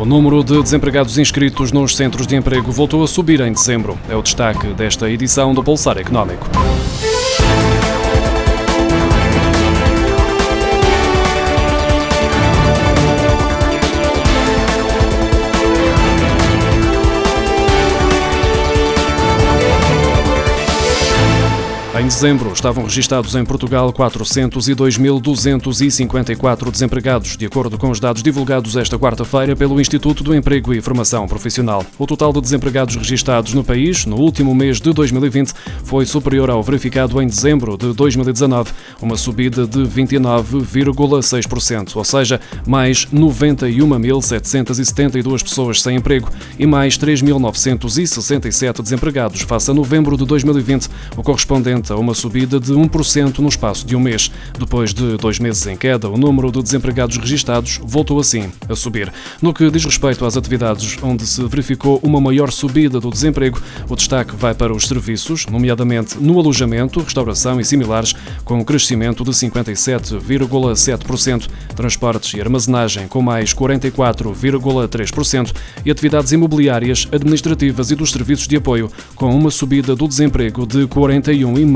O número de desempregados inscritos nos centros de emprego voltou a subir em dezembro. É o destaque desta edição do Pulsar Económico. Em dezembro, estavam registados em Portugal 402.254 desempregados, de acordo com os dados divulgados esta quarta-feira pelo Instituto do Emprego e Formação Profissional. O total de desempregados registados no país, no último mês de 2020, foi superior ao verificado em dezembro de 2019, uma subida de 29,6%, ou seja, mais 91.772 pessoas sem emprego e mais 3.967 desempregados face a novembro de 2020, o correspondente a uma subida de 1% no espaço de um mês. Depois de 2 meses em queda, o número de desempregados registados voltou assim a subir. No que diz respeito às atividades onde se verificou uma maior subida do desemprego, o destaque vai para os serviços, nomeadamente no alojamento, restauração e similares, com um crescimento de 57,7%, transportes e armazenagem com mais 44,3% e atividades imobiliárias, administrativas e dos serviços de apoio, com uma subida do desemprego de 41,5%.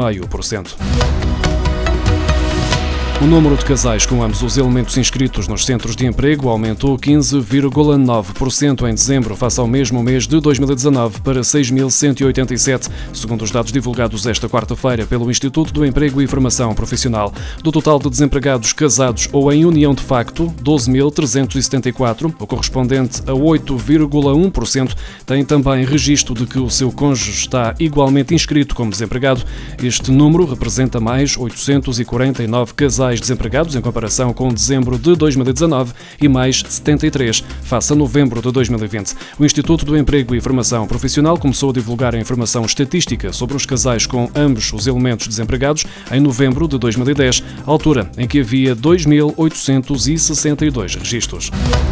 O número de casais com ambos os elementos inscritos nos centros de emprego aumentou 15,9% em dezembro, face ao mesmo mês de 2019, para 6.187, segundo os dados divulgados esta quarta-feira pelo Instituto do Emprego e Formação Profissional. Do total de desempregados casados ou em união de facto, 12.374, o correspondente a 8,1%, tem também registro de que o seu cônjuge está igualmente inscrito como desempregado. Este número representa mais 849 casais desempregados em comparação com dezembro de 2019 e mais 73 face a novembro de 2020. O Instituto do Emprego e Formação Profissional começou a divulgar a informação estatística sobre os casais com ambos os elementos desempregados em novembro de 2010, altura em que havia 2.862 registros.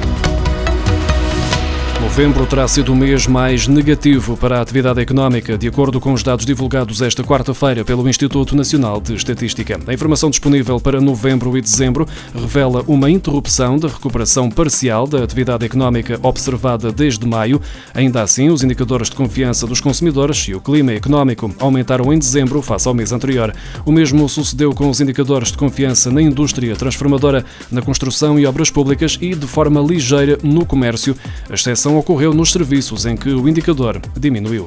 Novembro terá sido o mês mais negativo para a atividade económica, de acordo com os dados divulgados esta quarta-feira pelo Instituto Nacional de Estatística. A informação disponível para novembro e dezembro revela uma interrupção da recuperação parcial da atividade económica observada desde maio. Ainda assim, os indicadores de confiança dos consumidores e o clima económico aumentaram em dezembro face ao mês anterior. O mesmo sucedeu com os indicadores de confiança na indústria transformadora, na construção e obras públicas e, de forma ligeira, no comércio. A exceção ocorreu nos serviços, em que o indicador diminuiu.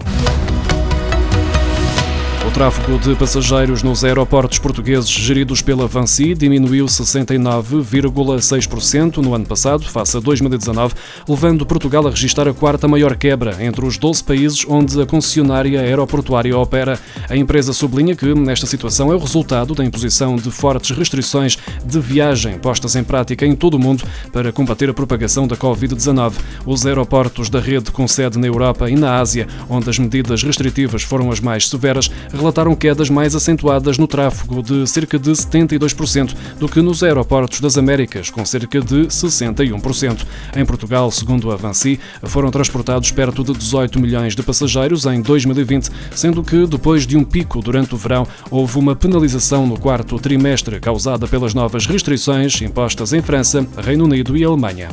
O tráfego de passageiros nos aeroportos portugueses geridos pela VINCI diminuiu 69,6% no ano passado, face a 2019, levando Portugal a registrar a quarta maior quebra entre os 12 países onde a concessionária aeroportuária opera. A empresa sublinha que esta situação é o resultado da imposição de fortes restrições de viagem postas em prática em todo o mundo para combater a propagação da Covid-19. Os aeroportos da rede com sede na Europa e na Ásia, onde as medidas restritivas foram as mais severas, relataram quedas mais acentuadas no tráfego de cerca de 72% do que nos aeroportos das Américas, com cerca de 61%. Em Portugal, segundo a VINCI, foram transportados perto de 18 milhões de passageiros em 2020, sendo que, depois de um pico durante o verão, houve uma penalização no quarto trimestre causada pelas novas restrições impostas em França, Reino Unido e Alemanha.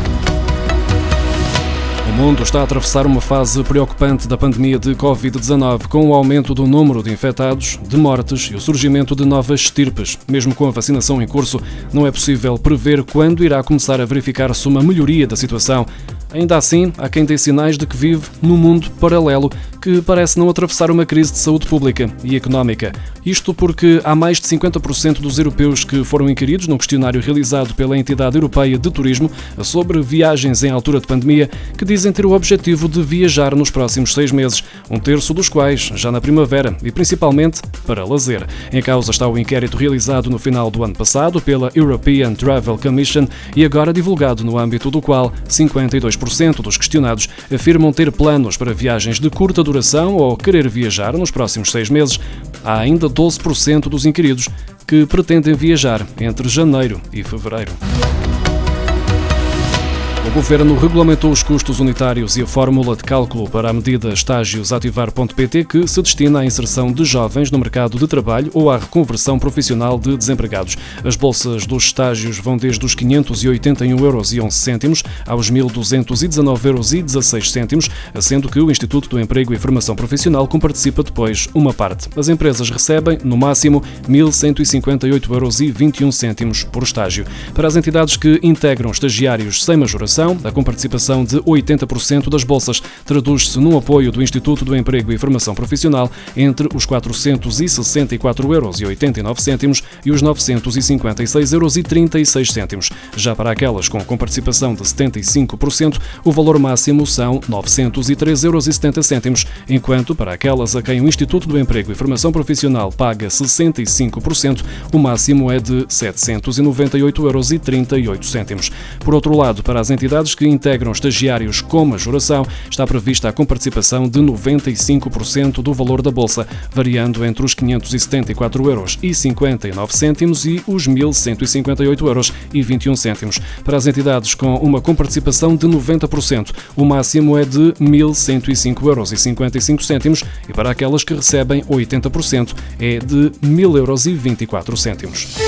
O mundo está a atravessar uma fase preocupante da pandemia de Covid-19, com o aumento do número de infectados, de mortes e o surgimento de novas estirpes. Mesmo com a vacinação em curso, não é possível prever quando irá começar a verificar-se uma melhoria da situação. Ainda assim, há quem dê sinais de que vive num mundo paralelo que parece não atravessar uma crise de saúde pública e económica. Isto porque há mais de 50% dos europeus que foram inquiridos num questionário realizado pela Entidade Europeia de Turismo sobre viagens em altura de pandemia que dizem ter o objetivo de viajar nos próximos 6 meses, um terço dos quais já na primavera e principalmente para lazer. Em causa está o inquérito realizado no final do ano passado pela European Travel Commission e agora divulgado no âmbito do qual 52% dos questionados afirmam ter planos para viagens de curta duração ou querer viajar nos próximos 6 meses. Há ainda 12% dos inquiridos que pretendem viajar entre janeiro e fevereiro. O Governo regulamentou os custos unitários e a fórmula de cálculo para a medida Estágios Ativar.pt, que se destina à inserção de jovens no mercado de trabalho ou à reconversão profissional de desempregados. As bolsas dos estágios vão desde os 581,11 € aos 1.219,16 €, sendo que o Instituto do Emprego e Formação Profissional comparticipa depois uma parte. As empresas recebem, no máximo, 1.158,21 € por estágio. Para as entidades que integram estagiários sem majoração, a comparticipação de 80% das bolsas traduz-se num apoio do Instituto do Emprego e Formação Profissional entre os 464,89 € e os 956,36 €. Já para aquelas com comparticipação de 75%, o valor máximo são 903,70 €, enquanto para aquelas a quem o Instituto do Emprego e Formação Profissional paga 65%, o máximo é de 798,38 €. Por outro lado, para as entidades que integram estagiários com majoração, está prevista a comparticipação de 95% do valor da bolsa, variando entre os 574,59 € e os 1.158,21 €. Para as entidades com uma comparticipação de 90%, o máximo é de 1.105,55 € e para aquelas que recebem 80% é de 1.024 €.